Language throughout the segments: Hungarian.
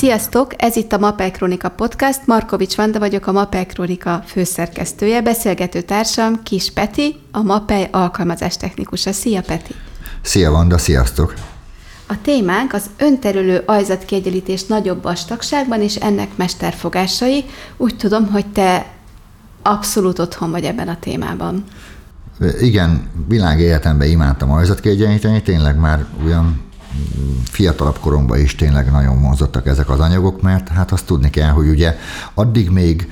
Sziasztok! Ez itt a Mapei Krónika Podcast. Markovics Vanda vagyok, a Mapei Krónika főszerkesztője. Beszélgető társam Kis Peti, a Mapei alkalmazástechnikusa. Szia, Peti! Szia, Vanda! Sziasztok! A témánk az önterülő ajzatkiegyenlítés nagyobb vastagságban és ennek mesterfogásai. Úgy tudom, hogy te abszolút otthon vagy ebben a témában. Igen, világéletemben imádtam ajzatkiegyenlíteni, tényleg már olyan fiatalabb koromban is tényleg nagyon vonzottak ezek az anyagok, mert hát azt tudni kell, hogy ugye addig még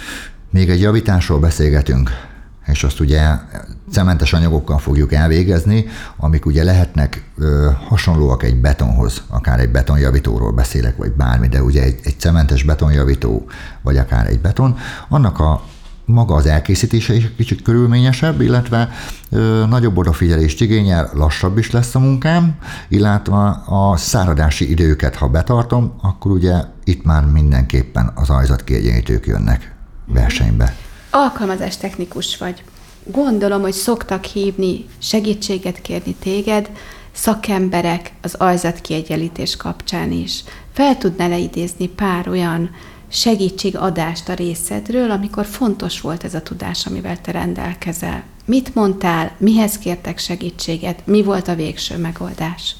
egy javításról beszélgetünk, és azt ugye cementes anyagokkal fogjuk elvégezni, amik ugye lehetnek hasonlóak egy betonhoz, akár egy betonjavítóról beszélek, vagy bármi, de ugye egy cementes betonjavító, vagy akár egy beton, annak a maga az elkészítése is kicsit körülményesebb, illetve nagyobb odafigyelést igényel, lassabb is lesz a munkám, illetve a száradási időket, ha betartom, akkor ugye itt már mindenképpen az ajzatkiegyenlítők jönnek versenybe. Alkalmazástechnikus vagy. Gondolom, hogy szoktak hívni, segítséget kérni téged, szakemberek az ajzatkiegyenlítés kapcsán is. Fel tudnál leidézni pár olyan segítségadást a részedről, amikor fontos volt ez a tudás, amivel te rendelkezel? Mit mondtál, mihez kértek segítséget, mi volt a végső megoldás?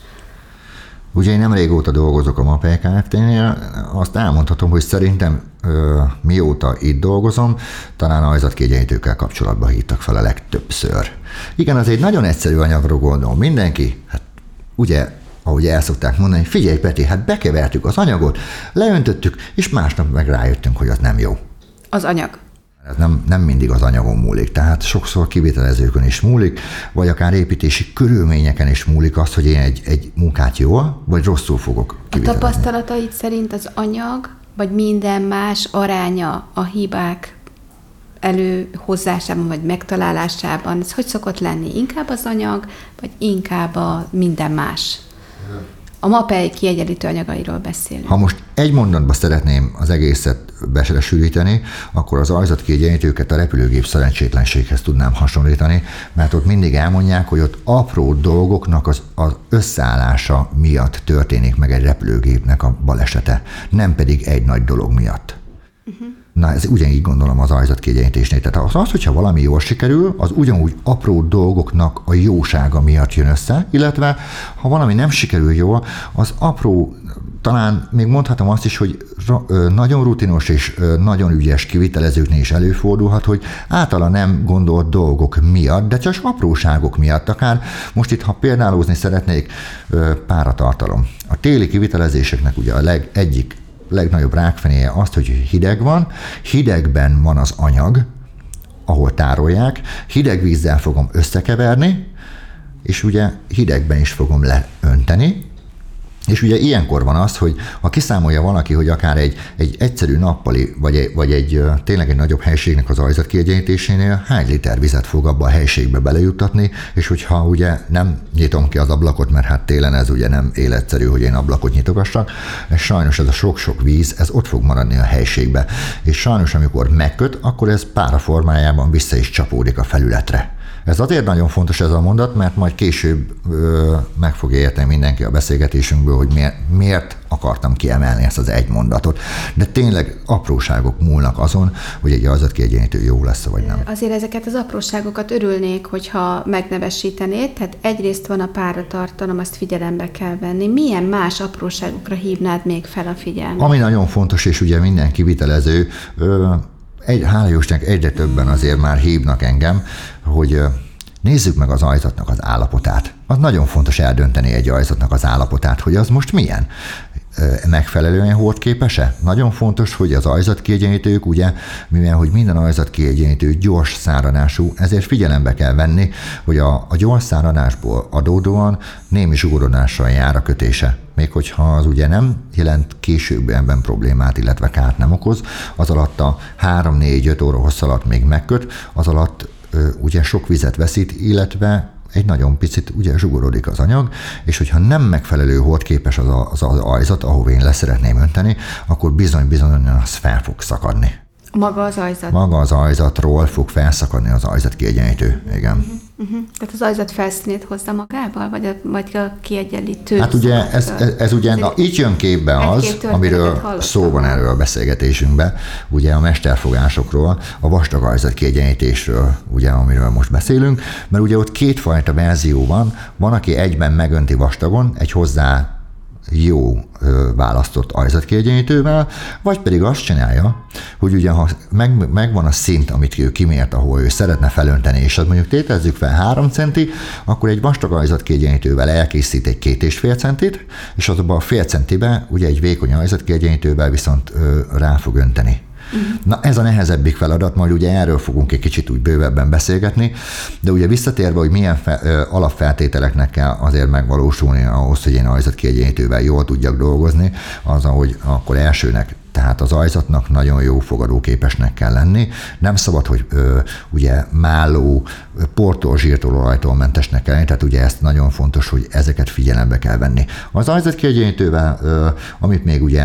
Ugye én nem régóta dolgozok a Mapei Kft-nél, azt elmondhatom, hogy szerintem mióta itt dolgozom, talán ajzatkiegyenlítőkkel kapcsolatban hívtak fel a legtöbbször. Igen, az egy nagyon egyszerű anyagról gondolom mindenki, hát ugye, ahogy el szokták mondani, figyelj Peti, hát bekevertük az anyagot, leöntöttük, és másnap meg rájöttünk, hogy az nem jó. Az anyag. Ez nem mindig az anyagon múlik, tehát sokszor kivitelezőkön is múlik, vagy akár építési körülményeken is múlik az, hogy én egy munkát jól, vagy rosszul fogok kivitelezni. A tapasztalataid szerint az anyag, vagy minden más aránya a hibák előhozásában, vagy megtalálásában, ez hogy szokott lenni? Inkább az anyag, vagy inkább a minden más? A Mapei kiegyenlítő anyagairól beszélünk. Ha most egy mondatba szeretném az egészet besűríteni, akkor az ajzatkiegyenlítőket a repülőgép szerencsétlenséghez tudnám hasonlítani, mert ott mindig elmondják, hogy ott apró dolgoknak az összeállása miatt történik meg egy repülőgépnek a balesete, nem pedig egy nagy dolog miatt. Na, ez ugyanígy gondolom az ajzatkiegyenlítésnél. Tehát az, hogyha valami jól sikerül, az ugyanúgy apró dolgoknak a jósága miatt jön össze, illetve ha valami nem sikerül jól, az apró, talán még mondhatom azt is, hogy nagyon rutinos és nagyon ügyes kivitelezőknél is előfordulhat, hogy általa nem gondolt dolgok miatt, de csak apróságok miatt. Akár most itt, ha példálózni szeretnék, páratartalom. A téli kivitelezéseknek ugye egyik legnagyobb rákfenéje azt, hogy hideg van, hidegben van az anyag, ahol tárolják, hideg vízzel fogom összekeverni, és ugye hidegben is fogom leönteni, és ugye ilyenkor van az, hogy ha kiszámolja valaki, hogy akár egy egyszerű nappali, vagy tényleg egy nagyobb helységnek az ajzatkiegyenlítésénél hány liter vizet fog abba a helységbe belejuttatni, és hogyha ugye nem nyitom ki az ablakot, mert hát télen ez ugye nem életszerű, hogy én ablakot nyitogassak, és sajnos ez a sok-sok víz, ez ott fog maradni a helységbe. És sajnos amikor megköt, akkor ez pára formájában vissza is csapódik a felületre. Ez azért nagyon fontos ez a mondat, mert majd később meg fogja érteni mindenki a beszélgetésünkből, hogy miért akartam kiemelni ezt az egy mondatot. De tényleg apróságok múlnak azon, hogy egy ajzatkiegyenlítő jó lesz, vagy nem. Azért ezeket az apróságokat örülnék, hogyha megnevesítenéd, tehát egyrészt van a páratartalom, azt figyelembe kell venni. Milyen más apróságokra hívnád még fel a figyelmet? Ami nagyon fontos, és ugye minden kivitelező, hála Jóistennek egyre többen azért már hívnak engem, hogy nézzük meg az ajzatnak az állapotát. Az nagyon fontos eldönteni egy ajzatnak az állapotát, hogy az most milyen. Megfelelően hordképes-e? Nagyon fontos, hogy az ajzatkiegyenlítők, ugye, mivel hogy minden ajzatkiegyenlítő gyors száradású, ezért figyelembe kell venni, hogy a gyors száradásból adódóan némi zsugorodással jár a kötése. Még hogyha az ugye nem jelent későbbiben problémát, illetve kárt nem okoz, az alatt a 3-4-5 óra hossz alatt még megköt, az alatt ugye sok vizet veszít, illetve egy nagyon picit ugye zsugorodik az anyag, és hogyha nem megfelelő hordképes az ajzat, ahova én leszeretném önteni, akkor bizony-bizony az fel fog szakadni. Maga az ajzat? Maga az ajzatról fog felszakadni az ajzatkiegyenlítő, igen. Tehát az ajzat felszínét hozza magával, vagy a kiegyenlítő? Hát ugye ez ugye, így jön képbe az, amiről szó van erről a beszélgetésünkben, ugye a mesterfogásokról, a vastag ajzat kiegyenlítésről, ugye, amiről most beszélünk, mert ugye ott kétfajta verzió van, aki egyben megönti vastagon, egy hozzá jó választott ajzatkiegyenlítővel, vagy pedig azt csinálja, hogy ugye ha megvan a szint, amit ő kimért, ahol ő szeretne felönteni, és azt mondjuk tételezzük fel 3 centi, akkor egy vastag ajzatkiegyenlítővel elkészít egy 2,5 centit, és azonban a fél centibe ugye egy vékony ajzatkiegyenlítővel viszont rá fog önteni. Na ez a nehezebbik feladat, majd ugye erről fogunk egy kicsit úgy bővebben beszélgetni, de ugye visszatérve, hogy milyen alapfeltételeknek kell azért megvalósulni ahhoz, hogy én ajzatkiegyenlítővel jól tudjak dolgozni, az, ahogy akkor elsőnek, tehát az ajzatnak nagyon jó fogadóképesnek kell lenni. Nem szabad, hogy ugye málló, portól, zsírtól, olajtól mentesnek kell lenni, tehát ugye ezt nagyon fontos, hogy ezeket figyelembe kell venni. Az ajzatkiegyenlítővel, amit még ugye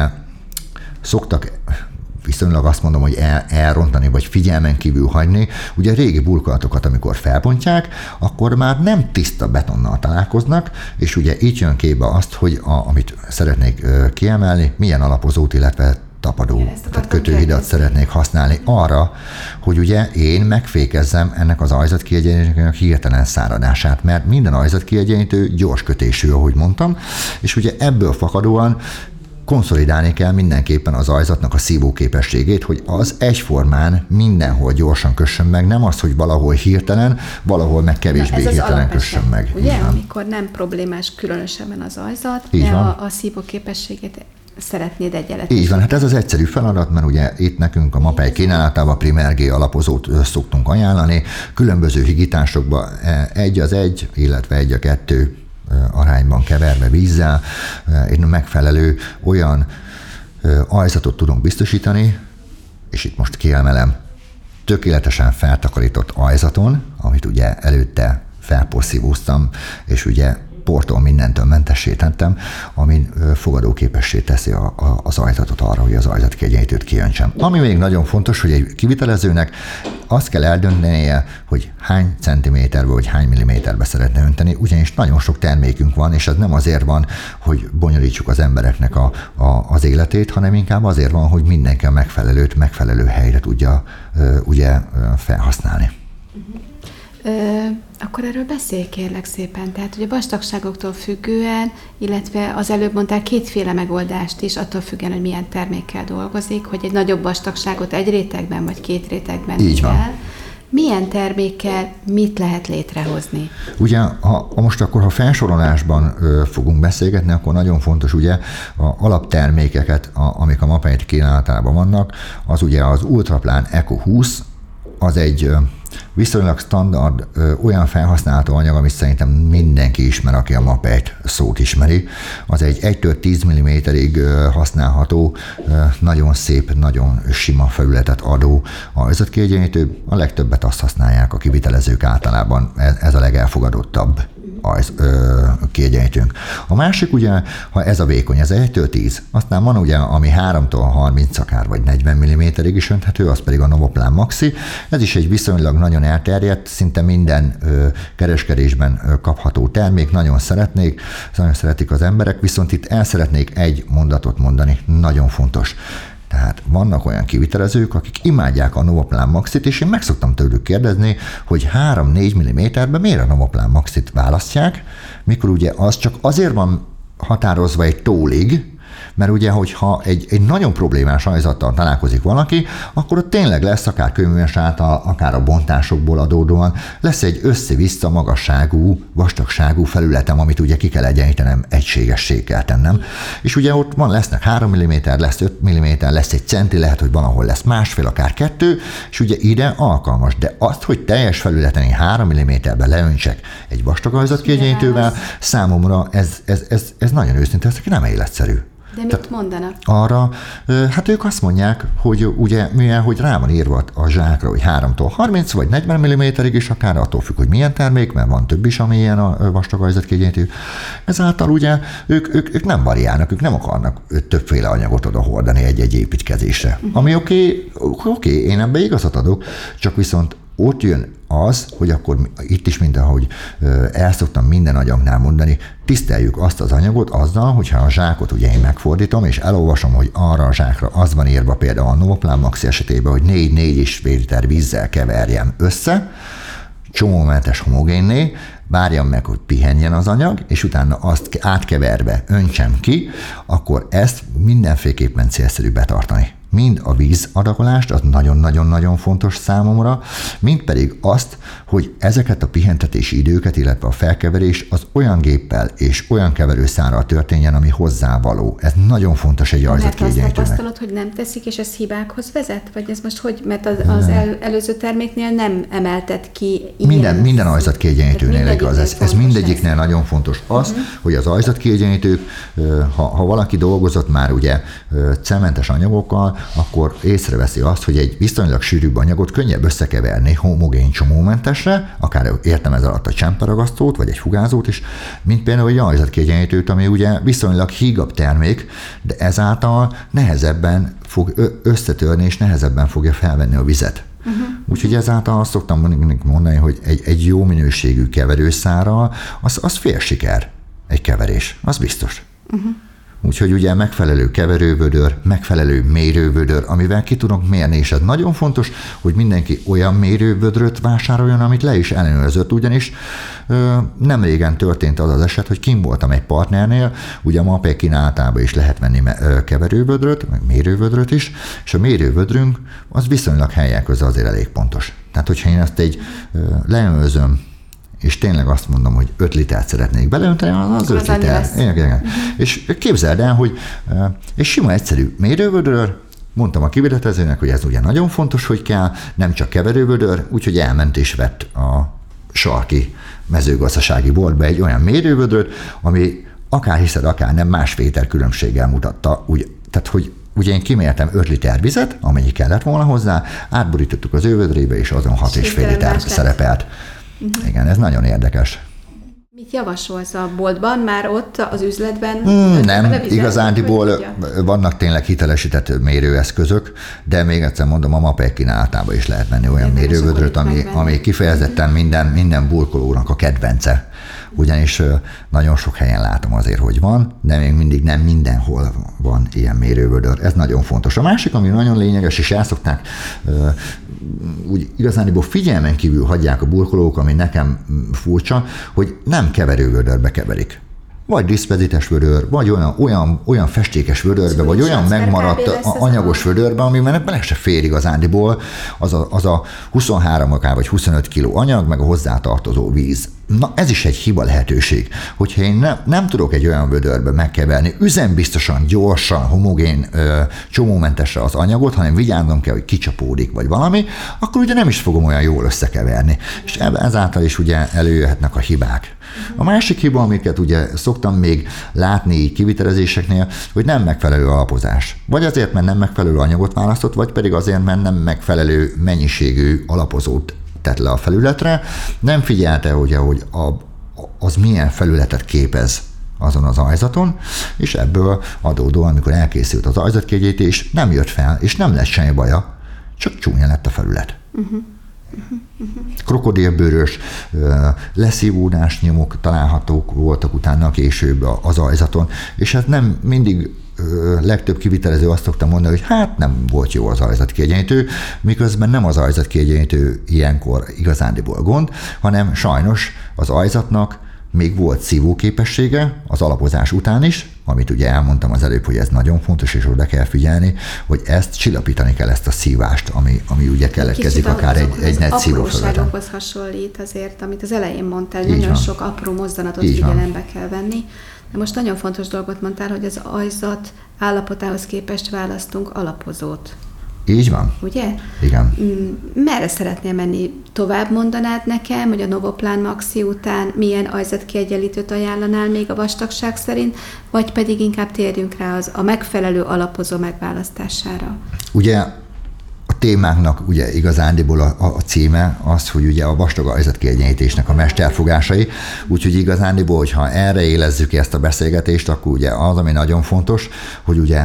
szoktak viszonylag azt mondom, hogy elrontani, vagy figyelmen kívül hagyni. Ugye a régi burkolatokat, amikor felbontják, akkor már nem tiszta betonnal találkoznak, és ugye így jön képbe azt, hogy amit szeretnék kiemelni, milyen alapozót, illetve tapadó, tehát kötőhidat szeretnék használni arra, hogy ugye én megfékezzem ennek az ajzatkiegyenlítőnek hirtelen száradását, mert minden ajzatkiegyenlítő gyors kötésű, ahogy mondtam, és ugye ebből fakadóan konszolidálni kell mindenképpen az ajzatnak a szívóképességét, hogy az egyformán mindenhol gyorsan kössön meg, nem az, hogy valahol hirtelen, valahol meg kevésbé hirtelen kössön meg. Ugye, amikor nem problémás különösebben az ajzat, de a szívóképességét szeretnéd egyenletesen. Így van, hát ez az egyszerű feladat, mert ugye itt nekünk a MAPEI kínálatában Primer G alapozót szoktunk ajánlani, különböző higításokban 1:1, illetve 1:2 arányban keverve vízzel, egy megfelelő olyan ajzatot tudunk biztosítani, és itt most kiemelem, tökéletesen feltakarított ajzaton, amit ugye előtte felporszívóztam, és ugye portól mindentől mentessé tettem, amin fogadóképessé teszi az ajzatot arra, hogy az ajzatkiegyenlítőt kijöntsem. Ami még nagyon fontos, hogy egy kivitelezőnek azt kell eldöntenie, hogy hány centiméterbe vagy hány milliméterbe szeretne önteni, ugyanis nagyon sok termékünk van, és ez nem azért van, hogy bonyolítsuk az embereknek az életét, hanem inkább azért van, hogy mindenki a megfelelő helyre tudja ugye felhasználni. Akkor erről beszélj kérlek szépen. Tehát ugye vastagságoktól függően, illetve az előbb mondtál kétféle megoldást is, attól függően, hogy milyen termékkel dolgozik, hogy egy nagyobb vastagságot egy rétegben vagy 2 rétegben így van. kell. Milyen termékkel mit lehet létrehozni? Ugye, ha felsorolásban fogunk beszélgetni, akkor nagyon fontos ugye a alaptermékeket, amik a MAPEI kínálatában vannak, az ugye az Ultraplan Eco 20, az egy viszonylag standard olyan felhasználható anyag, amit szerintem mindenki ismer, aki a MAPEI szót ismeri. Az egy 1-10 mm-ig használható, nagyon szép, nagyon sima felületet adó ajzatkiegyenlítő. A legtöbbet azt használják a kivitelezők általában, ez a legelfogadottabb kiegyenlítőnk. A másik ugye, ha ez a vékony, ez 1-10, aztán van ugye, ami 3-tól 30 akár vagy 40 mm-ig is önthető, az pedig a Novoplan Maxi. Ez is egy viszonylag nagyon elterjedt, szinte minden kereskedésben kapható termék, nagyon szeretik az emberek, viszont itt el szeretnék egy mondatot mondani, nagyon fontos. Tehát vannak olyan kivitelezők, akik imádják a Novoplan Maxit, és én meg szoktam tőlük kérdezni, hogy 3-4 mm-ben miért a Novoplan Maxit választják, mikor ugye az csak azért van határozva egy tólig, mert ugye, hogyha egy nagyon problémás ajzattal találkozik valaki, akkor ott tényleg lesz akár kőműves által, akár a bontásokból adódóan, lesz egy össze-vissza magasságú, vastagságú felületem, amit ugye ki kell egyenlítenem, egységessé kell tennem. És ugye ott lesznek 3 mm, lesz 5 mm, lesz 1 centi, lehet, hogy van, ahol lesz 1,5, akár 2, és ugye ide alkalmas. De azt, hogy teljes felületen 3 mm-ben leöntsek egy vastag ajzatkiegyenlítővel, számomra ez nagyon őszinte, ez nem életszerű. De mit mondanak? Arra, hát ők azt mondják, hogy ugye mivel, hogy rá van írva a zsákra, hogy 3-tól 30 vagy 40 mm-ig is, akár attól függ, hogy milyen termék, mert van több is, ami ilyen a vastag ajzatkiegyenlítő. Ezáltal ugye ők nem variálnak, ők nem akarnak többféle anyagot oda hordani egy-egy építkezésre. Ami oké, én ebbe igazat adok, csak viszont ott jön az, hogy akkor itt is, mint ahogy el szoktam minden anyagnál mondani, tiszteljük azt az anyagot azzal, hogyha a zsákot ugye én megfordítom, és elolvasom, hogy arra a zsákra az van írva például a Novoplan Maxi esetében, hogy 4-4,5 liter vízzel keverjem össze, csomómentes homogénné, várjam meg, hogy pihenjen az anyag, és utána azt átkeverve öntsem ki, akkor ezt mindenféleképpen célszerű betartani. Mind a vízadagolást, az nagyon-nagyon-nagyon fontos számomra, mind pedig azt, hogy ezeket a pihentetési időket, illetve a felkeverés az olyan géppel és olyan keverőszárral történjen, ami hozzávaló. Ez nagyon fontos egy ajzatkiegyenlítőnek. Mert azt tapasztalod, hogy nem teszik, és ez hibákhoz vezet? Vagy ez most hogy? Mert az előző terméknél nem emeltet ki ilyen... Minden ajzatkiegyenlítőnél igaz. Ez mindegyiknél nagyon fontos. Az, hogy az ajzatkiegyenlítők, ha valaki dolgozott már ugye cementes anyagokkal, akkor észreveszi azt, hogy egy viszonylag sűrűbb anyagot könnyebb összekeverni homogén csomómentesre, akár értem ez alatt a csemperagasztót, vagy egy fugázót is, mint például egy ajzatkiegyenlítőt, ami ugye viszonylag hígabb termék, de ezáltal nehezebben fog összetörni, és nehezebben fogja felvenni a vizet. Úgyhogy ezáltal azt szoktam mondani, hogy egy jó minőségű keverőszárral, az fél siker egy keverés, az biztos. Úgyhogy ugye megfelelő keverővödör, megfelelő mérővödör, amivel ki tudunk mérni, és ez nagyon fontos, hogy mindenki olyan mérővödröt vásároljon, amit le is ellenőrzött, ugyanis nem régen történt az az eset, hogy kim voltam egy partnernél, ugye a MAPEK kínálatában is lehet venni keverővödröt, meg mérővödröt is, és a mérővödrünk az viszonylag helyen közben azért elég pontos. Tehát, hogyha én ezt leönzöm, és tényleg azt mondom, hogy 5 litert szeretnék beleönteni, az 5 liter. Igen. És képzeld el, hogy egy sima egyszerű mérővödör, mondtam a kivitelezőnek, hogy ez ugye nagyon fontos, hogy kell, nem csak keverővödör, úgyhogy elment és vett a sarki mezőgazdasági boltba egy olyan mérővödröt, ami akár hiszed, akár nem, 1,5 liter különbséggel mutatta. Tehát, hogy ugye én kimértem 5 liter vizet, amennyi kellett volna hozzá, átborítottuk az ő vödrébe, és azon 6,5 liter szerepelt. Igen, ez nagyon érdekes. Mit javasolsz a boltban, már ott az üzletben? Nem, igazándiból vannak tényleg hitelesített mérőeszközök, de még egyszer mondom, a MAPEK kínálatában is lehet venni olyan mérővödröt, ami kifejezetten minden burkolónak a kedvence. Ugyanis nagyon sok helyen látom azért, hogy van, de még mindig nem mindenhol van ilyen mérővödör. Ez nagyon fontos. A másik, ami nagyon lényeges, és el szokták úgy igazániból figyelmen kívül hagyják a burkolók, ami nekem furcsa, hogy nem keverővödörbe keverik. Vagy diszpezites vödör, vagy olyan festékes vödörbe, vagy olyan megmaradt anyagos vödörbe, amiben bele se fér igazándiból az a 23 vagy 25 kiló anyag, meg a hozzátartozó víz. Na, ez is egy hiba lehetőség. Hogyha én nem tudok egy olyan vödörbe megkeverni, üzembiztosan, gyorsan, homogén, csomómentesre az anyagot, hanem vigyáznom kell, hogy kicsapódik, vagy valami, akkor ugye nem is fogom olyan jól összekeverni. És ezáltal is ugye előjöhetnek a hibák. A másik hiba, amiket ugye szoktam még látni így kivitelezéseknél, hogy nem megfelelő alapozás. Vagy azért, mert nem megfelelő anyagot választott, vagy pedig azért, mert nem megfelelő mennyiségű alapozót tett le a felületre, nem figyelte, hogy az milyen felületet képez azon az ajzaton, és ebből adódóan, amikor elkészült az ajzatkiegyenlítés, nem jött fel, és nem lett semmi baja, csak csúnya lett a felület. Krokodilbőrös leszívódás nyomok találhatók voltak utána később az ajzaton, és hát nem mindig legtöbb kivitelező azt szokta mondani, hogy hát nem volt jó az ajzatkiegyenlítő, miközben nem az ajzatkiegyenlítő ilyenkor igazándiból gond, hanem sajnos az ajzatnak még volt szívóképessége az alapozás után is, amit ugye elmondtam az előbb, hogy ez nagyon fontos, és oda kell figyelni, hogy ezt csillapítani kell, ezt a szívást, ami ugye keletkezik akár egy net szívó felületen. Apróságokhoz hasonlít azért, amit az elején mondtál, hogy nagyon sok apró mozdanatot figyelembe kell venni. De most nagyon fontos dolgot mondtál, hogy az ajzat állapotához képest választunk alapozót. Így van. Ugye? Igen. Merre szeretnél menni? Tovább mondanád nekem, hogy a Novoplan Maxi után milyen ajzatkiegyenlítőt ajánlanál még a vastagság szerint, vagy pedig inkább térjünk rá a megfelelő alapozó megválasztására? Ugye a témáknak ugye igazándiból a címe az, hogy ugye a vastag ajzatkiegyenlítésnek a mesterfogásai, úgyhogy igazándiból, hogyha erre élezzük ezt a beszélgetést, akkor ugye az, ami nagyon fontos, hogy ugye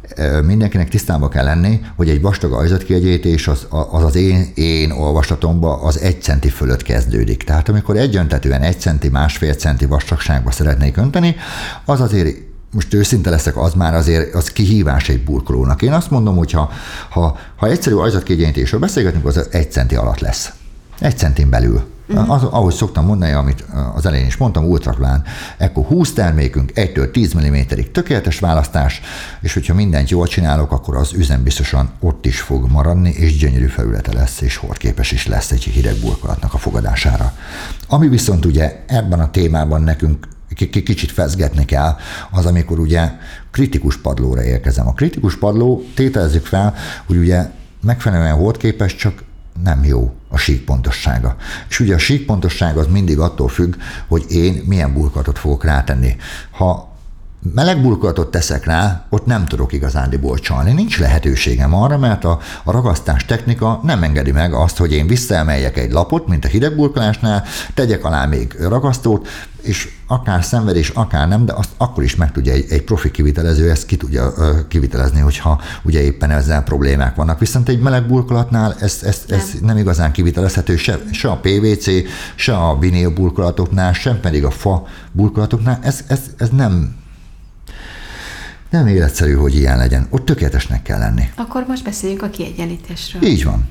mindenkinek tisztában kell lenni, hogy egy vastag ajzatkiegyenlítés az én olvasatomban az 1 centi fölött kezdődik. Tehát amikor egyöntetően 1 centi, 1,5 centi vastagságba szeretnék önteni, az azért, most őszinte leszek, az már azért az kihívás egy burkolónak. Én azt mondom, hogy ha egyszerű ajzatkiegyenlítésről beszélgetünk, az 1 centi alatt lesz. 1 centin belül. Ahogy szoktam mondani, amit az elején is mondtam, ultraplán, ekkor 20 termékünk, 1-től 10 mm-ig tökéletes választás, és hogyha mindent jól csinálok, akkor az üzem biztosan ott is fog maradni, és gyönyörű felülete lesz, és hordképes is lesz egy hideg burkolatnak a fogadására. Ami viszont ugye ebben a témában nekünk kicsit fezgetni kell, az amikor ugye kritikus padlóra érkezem. A kritikus padló, tételezzük fel, hogy ugye megfelelően hordképes, csak nem jó a síkpontossága. És ugye a síkpontosság az mindig attól függ, hogy én milyen burkolatot fogok rátenni. Ha meleg burkolatot teszek rá, ott nem tudok igazándiból csalni. Nincs lehetőségem arra, mert a ragasztás technika nem engedi meg azt, hogy én visszaemeljek egy lapot, mint a hideg burkolásnál, tegyek alá még ragasztót, és akár szenvedés, akár nem, de azt akkor is meg tudja egy profi kivitelező, ezt ki tudja kivitelezni, hogyha ugye éppen ezzel problémák vannak. Viszont egy meleg burkolatnál ez nem igazán kivitelezhető, se a PVC, se a vinil burkolatoknál, sem pedig a fa burkolatoknál, ez nem életszerű, hogy ilyen legyen. Ott tökéletesnek kell lenni. Akkor most beszéljünk a kiegyenlítésről. Így van.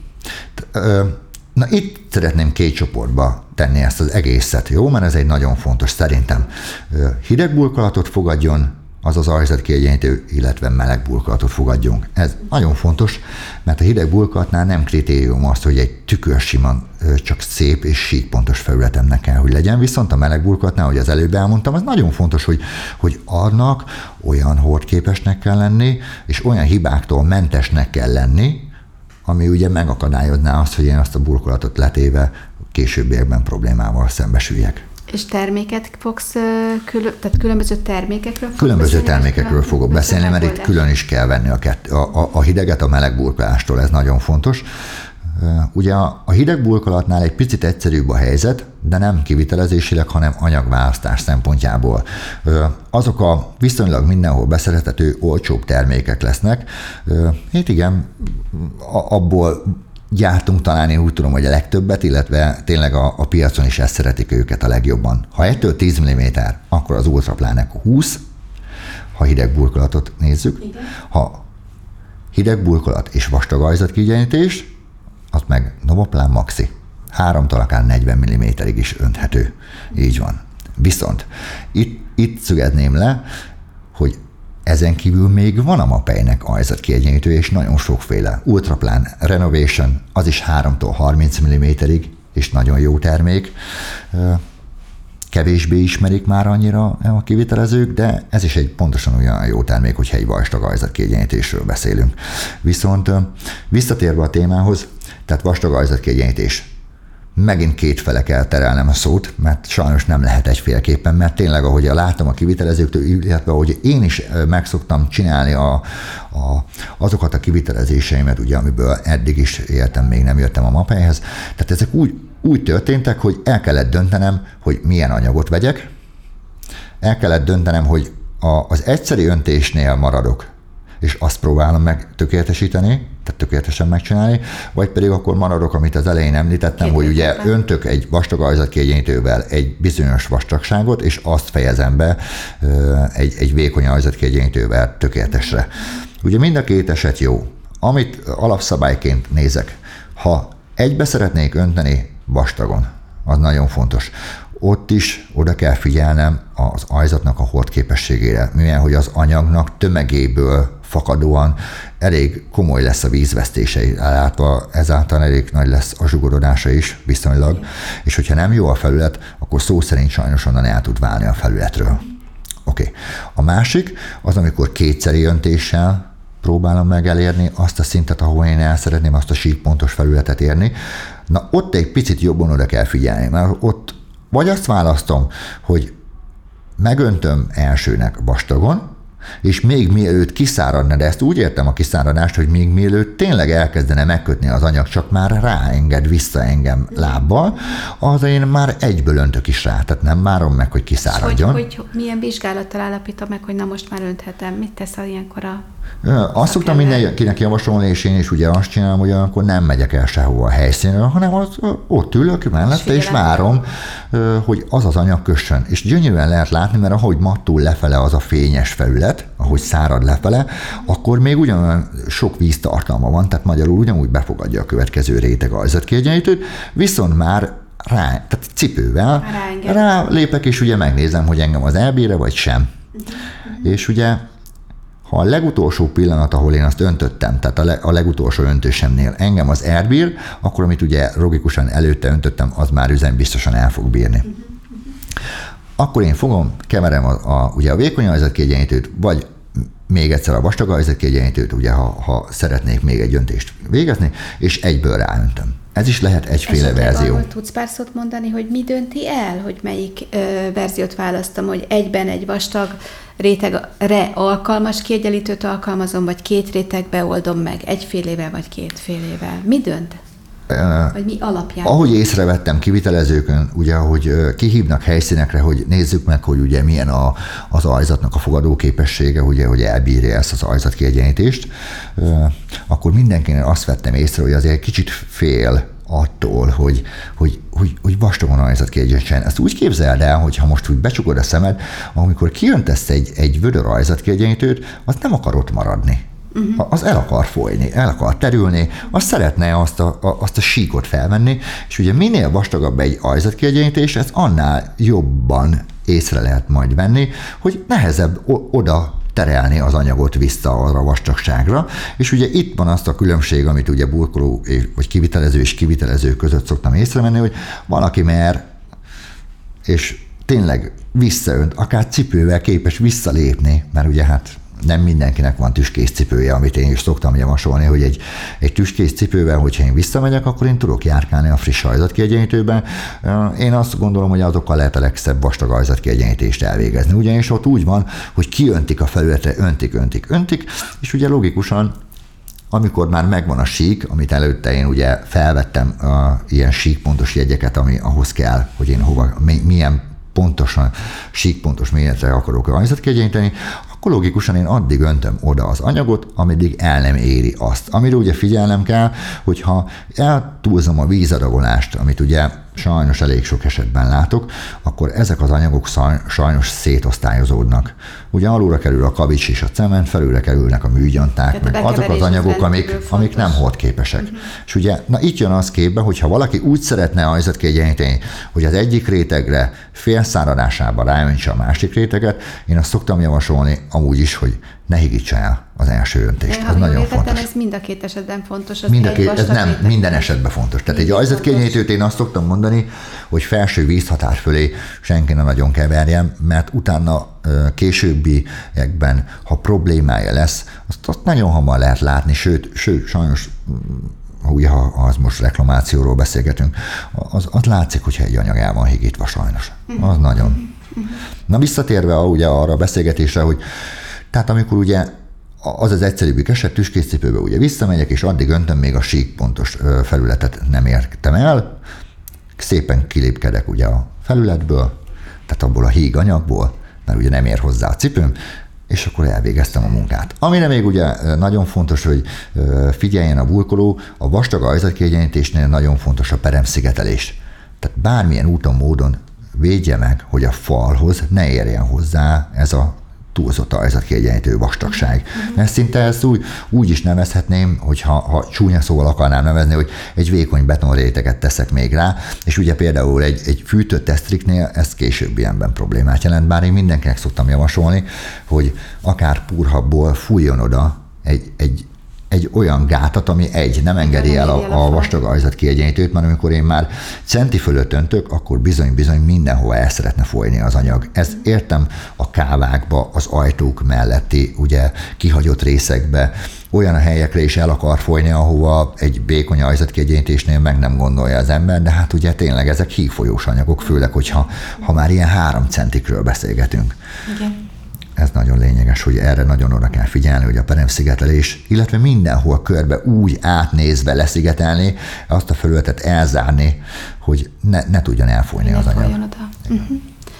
Na itt szeretném 2 csoportba tenni ezt az egészet, jó? Mert ez egy nagyon fontos szerintem. Hideg burkolatot fogadjon az az ajzatkiegyenlítő, illetve meleg burkolatot fogadjunk. Ez nagyon fontos, mert a hideg burkolatnál nem kritérium az, hogy egy tükörsima, csak szép és síkpontos felületemnek kell, hogy legyen, viszont a meleg burkolatnál, ahogy az előbb elmondtam, az nagyon fontos, hogy annak olyan hordképesnek kell lenni, és olyan hibáktól mentesnek kell lenni, ami ugye megakadályozná azt, hogy én azt a burkolatot letéve későbbiekben problémával szembesüljek. És terméket fogsz, tehát különböző termékekről fogok Különböző termékekről fogok beszélni, mert itt külön is kell venni a hideget a meleg burkolástól, ez nagyon fontos. Ugye a hideg burkolatnál egy picit egyszerűbb a helyzet, de nem kivitelezésileg, hanem anyagválasztás szempontjából. Azok a viszonylag mindenhol beszerezhető, olcsóbb termékek lesznek. Hát igen, abból gyártunk talán, én úgy tudom, hogy a legtöbbet, illetve tényleg a piacon is ezt szeretik őket a legjobban. Ha 1-től 10 mm, akkor az ultraplán 20, ha hideg burkolatot nézzük. Igen. Ha hideg burkolat és vastag ajzatkiegyenlítés, az meg Novoplán Maxi. 3-tól akár 40 mm-ig is önthető. Így van. Viszont itt szögezném le, hogy ezen kívül még van a Mapeinek ajzatkiegyenlítő, és nagyon sokféle. Ultraplán Renovation, az is 3-tól 30 mm-ig, és nagyon jó termék. Kevésbé ismerik már annyira a kivitelezők, de ez is egy pontosan olyan jó termék, hogyha egy vastag ajzatkiegyenlítésről beszélünk. Viszont visszatérve a témához, tehát vastag ajzatkiegyenlítés. Megint kétfele kell terelnem a szót, mert sajnos nem lehet egyféleképpen, mert tényleg, ahogy látom a kivitelezőktől, illetve ahogy én is meg szoktam csinálni azokat a kivitelezéseimet, ugye, amiből eddig is éltem, még nem jöttem a Mapeihez, tehát ezek úgy történtek, hogy el kellett döntenem, hogy milyen anyagot vegyek, el kellett döntenem, hogy az egyszeri öntésnél maradok, és azt próbálom meg tökéletesíteni, tehát tökéletesen megcsinálni, vagy pedig akkor maradok, amit az elején említettem, hogy ugye öntök egy vastag ajzatkiegyenlítővel egy bizonyos vastagságot, és azt fejezem be egy vékony ajzatkiegyenlítővel tökéletesre. Ugye mind a 2 eset jó. Amit alapszabályként nézek, ha egybe szeretnék önteni vastagon, az nagyon fontos. Ott is oda kell figyelnem az ajzatnak a hordképességére, mivel hogy az anyagnak tömegéből fakadóan elég komoly lesz a vízvesztése, ezáltal elég nagy lesz a zsugorodása is viszonylag, és hogyha nem jó a felület, akkor szó szerint sajnos onnan el tud válni a felületről. Oké. A másik az, amikor kétszeri öntéssel próbálom meg elérni azt a szintet, ahol én el szeretném azt a síkpontos felületet érni. Na ott egy picit jobban oda kell figyelni, mert ott vagy azt választom, hogy megöntöm elsőnek vastagon, és még mielőtt kiszáradna, de ezt úgy értem a kiszáradást, hogy még mielőtt tényleg elkezdene megkötni az anyag, csak már ráenged vissza engem lábbal, az én már egyből öntök is rá, tehát nem várom meg, hogy kiszáradjon. Hogy milyen vizsgálattal állapítom meg, hogy na most már önthetem? Mit tesz ilyenkor a Azt szoktam mindenkinek javasolni, és én is ugye azt csinálom, hogy akkor nem megyek el sehova a helyszínről, hanem ott ülök mellette, és várom, hogy az az anyag kössön. És gyönyörűen lehet látni, mert ahogy mattul lefele az a fényes felület, ahogy szárad lefele, akkor még ugyanolyan sok víztartalma van, tehát magyarul ugyanúgy befogadja a következő réteg ajzatkiegyenlítőt, viszont már tehát cipővel rálépek, és ugye megnézem, hogy engem az elbír-e, vagy sem. És ugye ha a legutolsó pillanat, ahol én azt öntöttem, tehát a legutolsó öntésemnél engem az elbír, akkor amit ugye logikusan előtte öntöttem, az már üzembiztosan el fog bírni. Akkor én fogom, keverem ugye a vékony ajzatkiegyenlítőt, vagy még egyszer a vastag ajzatkiegyenlítőt, ugye ha szeretnék még egy öntést végezni, és egyből ráöntöm. Ez is lehet egyféle verzió. Arról tudsz pár szót mondani, hogy mi dönti el, hogy melyik verziót választom, hogy egyben egy vastag rétegre alkalmas kiegyenlítőt alkalmazom, vagy 2 rétegbe oldom meg, egyfélével vagy 2félével. Mi dönt? Vagy mi alapján? Ahogy észrevettem kivitelezőkön, ugye, hogy kihívnak helyszínekre, hogy nézzük meg, hogy ugye milyen az ajzatnak a fogadóképessége, ugye, hogy elbírja ezt az ajzatkiegyenlítést, akkor mindenkinek azt vettem észre, hogy azért kicsit fél attól, hogy vastagon ajzatkiegyenlítsen. Ezt úgy képzeld el, hogy ha most úgy becsukod a szemed, amikor kiöntesz egy vödör ajzatkiegyenlítőt, az nem akar ott maradni. Az el akar folyni, el akar terülni, az szeretne azt a síkot felvenni, és ugye minél vastagabb egy ajzatkiegyenlítés, ez annál jobban észre lehet majd venni, hogy nehezebb oda terelni az anyagot vissza arra a vastagságra, és ugye itt van azt a különbség, amit ugye burkoló vagy kivitelező és kivitelező között szoktam észrevenni, hogy valaki mer, és tényleg visszaönt, akár cipővel képes visszalépni, mert ugye hát nem mindenkinek van tüskész cipője, amit én is szoktam javasolni, hogy egy tüskész cipővel, hogyha én visszamegyek, akkor én tudok járkálni a friss ajzatkiegyenlítőben. Én azt gondolom, hogy azokkal lehet a legszebb vastag ajzatkiegyenlítést elvégezni. Ugyanis ott úgy van, hogy kiöntik a felületre, öntik, és ugye logikusan, amikor már megvan a sík, amit előtte én ugye felvettem ilyen síkpontos jegyeket, ami ahhoz kell, hogy én milyen pontosan síkpontos méretre akarok ajzatkiegyenlíteni, akkor logikusan én addig öntöm oda az anyagot, ameddig el nem éri azt. Amire ugye figyelnem kell, hogyha eltúlzom a vízadagolást, amit ugye sajnos elég sok esetben látok, akkor ezek az anyagok sajnos szétosztályozódnak. Ugye alulra kerül a kavics és a cement, felülre kerülnek a műgyanták, meg azok az anyagok, amik nem hordképesek. És ugye, itt jön az képbe, hogyha valaki úgy szeretne ajzatkiegyenlíteni, hogy az egyik rétegre félszáradásában ráöntse a másik réteget, én azt szoktam javasolni amúgy is, hogy ne higítsa el az első öntést. Ez nagyon fontos. Ez mind a 2 esetben fontos. Ez nem minden esetben fontos. Tehát egy ajzatkiegyenlítőt én azt szoktam mondani, hogy felső vízhatár fölé senki ne nagyon keverjen, mert utána későbbiekben, ha problémája lesz, azt nagyon hamar lehet látni, sőt sajnos, ugye, ha az most reklamációról beszélgetünk, az látszik, hogyha egy anyag el van higítva sajnos. Az nagyon. Na visszatérve ugye arra a beszélgetésre, hogy tehát amikor ugye az egyszerűbbik eset, tüskészcipőbe ugye visszamegyek, és addig öntöm, még a síkpontos felületet nem értem el, szépen kilépkedek ugye a felületből, tehát abból a híg anyagból, mert ugye nem ér hozzá a cipőm, és akkor elvégeztem a munkát. Amire még ugye nagyon fontos, hogy figyeljen a burkoló, a vastag ajzatkiegyenlítésnél nagyon fontos a peremszigetelés. Tehát bármilyen úton, módon védje meg, hogy a falhoz ne érjen hozzá ez a túlzott ajzatkiegyenlítő vastagság. Mert szinte ezt úgy is nevezhetném, hogy ha csúnya szóval akarnám nevezni, hogy egy vékony betonréteget teszek még rá, és ugye például egy fűtött tesztriknél ez később ilyenben problémát jelent, bár én mindenkinek szoktam javasolni, hogy akár purhabból fújjon oda egy olyan gátat, ami nem engedi el a vastag ajzatkiegyenlítőt, mert amikor én már centi fölött öntök, akkor bizony mindenhova el szeretne folyni az anyag. Ez értem a kávákba, az ajtók melletti ugye kihagyott részekbe, olyan helyekre is el akar folyni, ahova egy vékony ajzatkiegyenlítésnél meg nem gondolja az ember, de hát ugye tényleg ezek hígfolyós anyagok, főleg, hogyha már ilyen 3 centikről beszélgetünk. Igen. Ez nagyon lényeges, hogy erre nagyon oda kell figyelni, hogy a peremszigetelés, illetve mindenhol körbe úgy átnézve leszigetelni, azt a felületet elzárni, hogy ne tudjon elfolyni az anyag.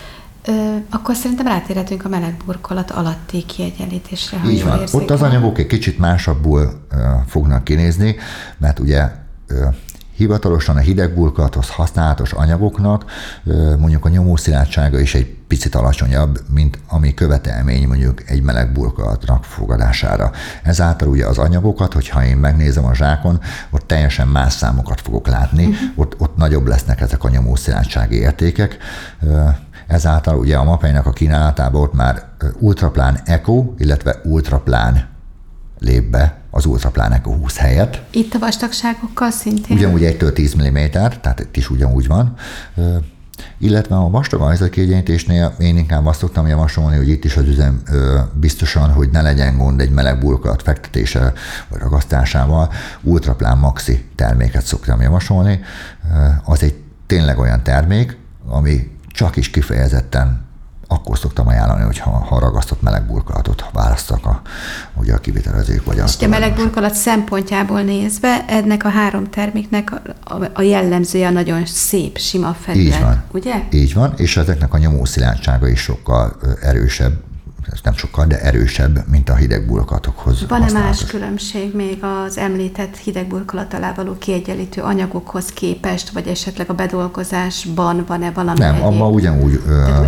Akkor szerintem rátérhetünk a meleg burkolat alatti kiegyenlítésre, ha Így jól van. érzékelem. Ott az anyagok egy kicsit másabbul fognak kinézni, mert ugye hivatalosan a hideg burkolathoz használatos anyagoknak mondjuk a nyomószilárdsága is egy picit alacsonyabb, mint ami követelmény mondjuk egy meleg burkolatnak fogadására. Ezáltal ugye az anyagokat, hogyha én megnézem a zsákon, ott teljesen más számokat fogok látni, ott nagyobb lesznek ezek a nyomószilárdsági értékek. Ezáltal ugye a Mapeinak a kínálatában ott már Ultraplán Eco, illetve Ultraplán lép be az Ultraplán Eco 20 helyett. Itt a vastagságokkal szintén? Ugyanúgy 1-10 mm, tehát itt is ugyanúgy van. Illetve a vastag ajzatkiegyenlítésnél én inkább azt szoktam javasolni, hogy itt is az üzem biztosan, hogy ne legyen gond egy meleg burkolat fektetése vagy ragasztásával. Ultraplán Maxi terméket szoktam javasolni. Az egy tényleg olyan termék, ami csak is kifejezetten akkor szoktam ajánlani, hogyha ragasztott meleg burkolatot választak ugye a kivitelezők vagy és a meleg burkolat szempontjából nézve, ennek a 3 terméknek a jellemzője a nagyon szép, sima felület. Így van. Ugye? Így van, és ezeknek a nyomószilárdsága is sokkal erősebb, nem sokkal, de erősebb, mint a hideg burkolatokhoz. Van-e más különbség még az említett hideg burkolat alá való kiegyenlítő anyagokhoz képest, vagy esetleg a bedolgozásban van-e valami Nem, egyéb? abban ugyanúgy,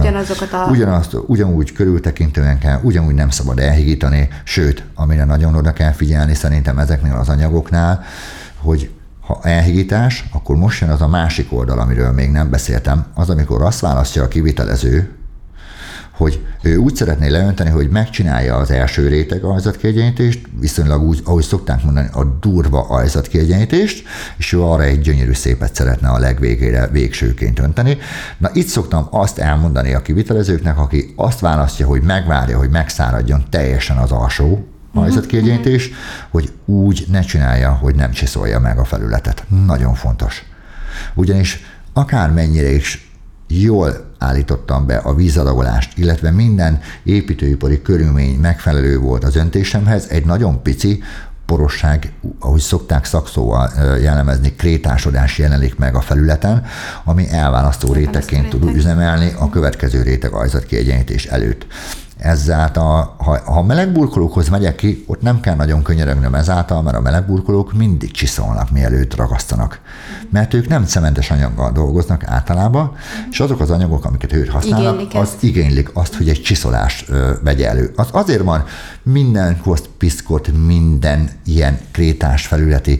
ugyanúgy körültekintően kell, ugyanúgy nem szabad elhigítani, sőt, amire nagyon oda kell figyelni szerintem ezeknél az anyagoknál, hogy ha elhigítás, akkor most jön az a másik oldal, amiről még nem beszéltem, az, amikor azt választja a kivitelező, hogy ő úgy szeretné leönteni, hogy megcsinálja az első réteg ajzatkiegyenlítést, viszonylag úgy, ahogy szokták mondani, a durva ajzatkiegyenlítést, és ő arra egy gyönyörű szépet szeretne a legvégére végsőként önteni. Na itt szoktam azt elmondani a kivitelezőknek, aki azt választja, hogy megvárja, hogy megszáradjon teljesen az alsó ajzatkiegyenlítés, hogy úgy ne csinálja, hogy nem csiszolja meg a felületet. Nagyon fontos. Ugyanis akármennyire is jól állítottam be a vízadagolást, illetve minden építőipari körülmény megfelelő volt az öntésemhez, egy nagyon pici porosság, ahogy szokták szakszóval jellemezni, krétásodás jelenik meg a felületen, ami elválasztó rétegként tud üzemelni a következő réteg ajzatkiegyenlítés előtt. Ezáltal, ha meleg burkolókhoz megyek ki, ott nem kell nagyon könyörögnöm ezáltal, mert a meleg burkolók mindig csiszolnak, mielőtt ragasztanak. Mert ők nem cementes anyaggal dolgoznak általában, és azok az anyagok, amiket ők használnak, igénylik azt, hogy egy csiszolás vegye elő. Az azért van minden piszkot, minden ilyen krétás felületi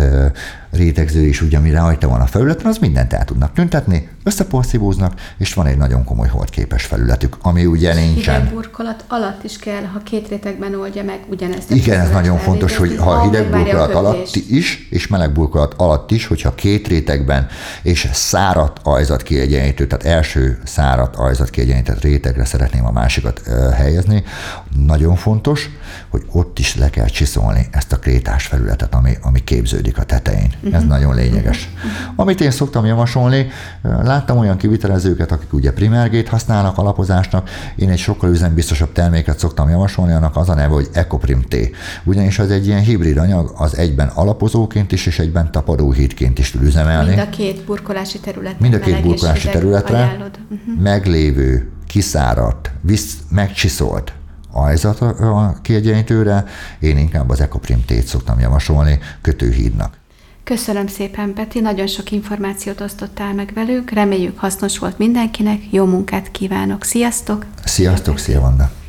rétegző is, ugye, ami rajta van a felületen, az mindent el tudnak tüntetni, összeporszívóznak, és van egy nagyon komoly hordképes felületük, ami ugye nincsen. Hideg burkolat alatt is kell, ha 2 rétegben oldja meg ugyanezt. Igen, ez nagyon fontos, hogy ha hideg burkolat alatt is, és meleg burkolat alatt is, hogyha 2 rétegben és száradt ajzatkiegyenlítő, tehát első száradt ajzatkiegyenlített rétegre szeretném a másikat helyezni, nagyon fontos, hogy ott is le kell csiszolni ezt a krétás felületet, ami képződik a tetején. Ez nagyon lényeges. Amit én szoktam javasolni, láttam olyan kivitelezőket, akik ugye primergét használnak alapozásnak, én egy sokkal üzembiztosabb terméket szoktam javasolni, annak az a neve, hogy Ecoprim T. Ugyanis az egy ilyen hibrid anyag, az egyben alapozóként is, és egyben tapadóhídként is tud üzemelni. Mind a 2 burkolási területre. Mind a 2 burkolási területre meglévő, kiszáradt, megcsiszolt ajzat a kiegyenlítőre, én inkább az Ecoprim T-t szoktam javasolni kötőhídnak. Köszönöm szépen, Peti, nagyon sok információt osztottál meg velünk, reméljük hasznos volt mindenkinek, jó munkát kívánok, sziasztok! Sziasztok, szia Vanda!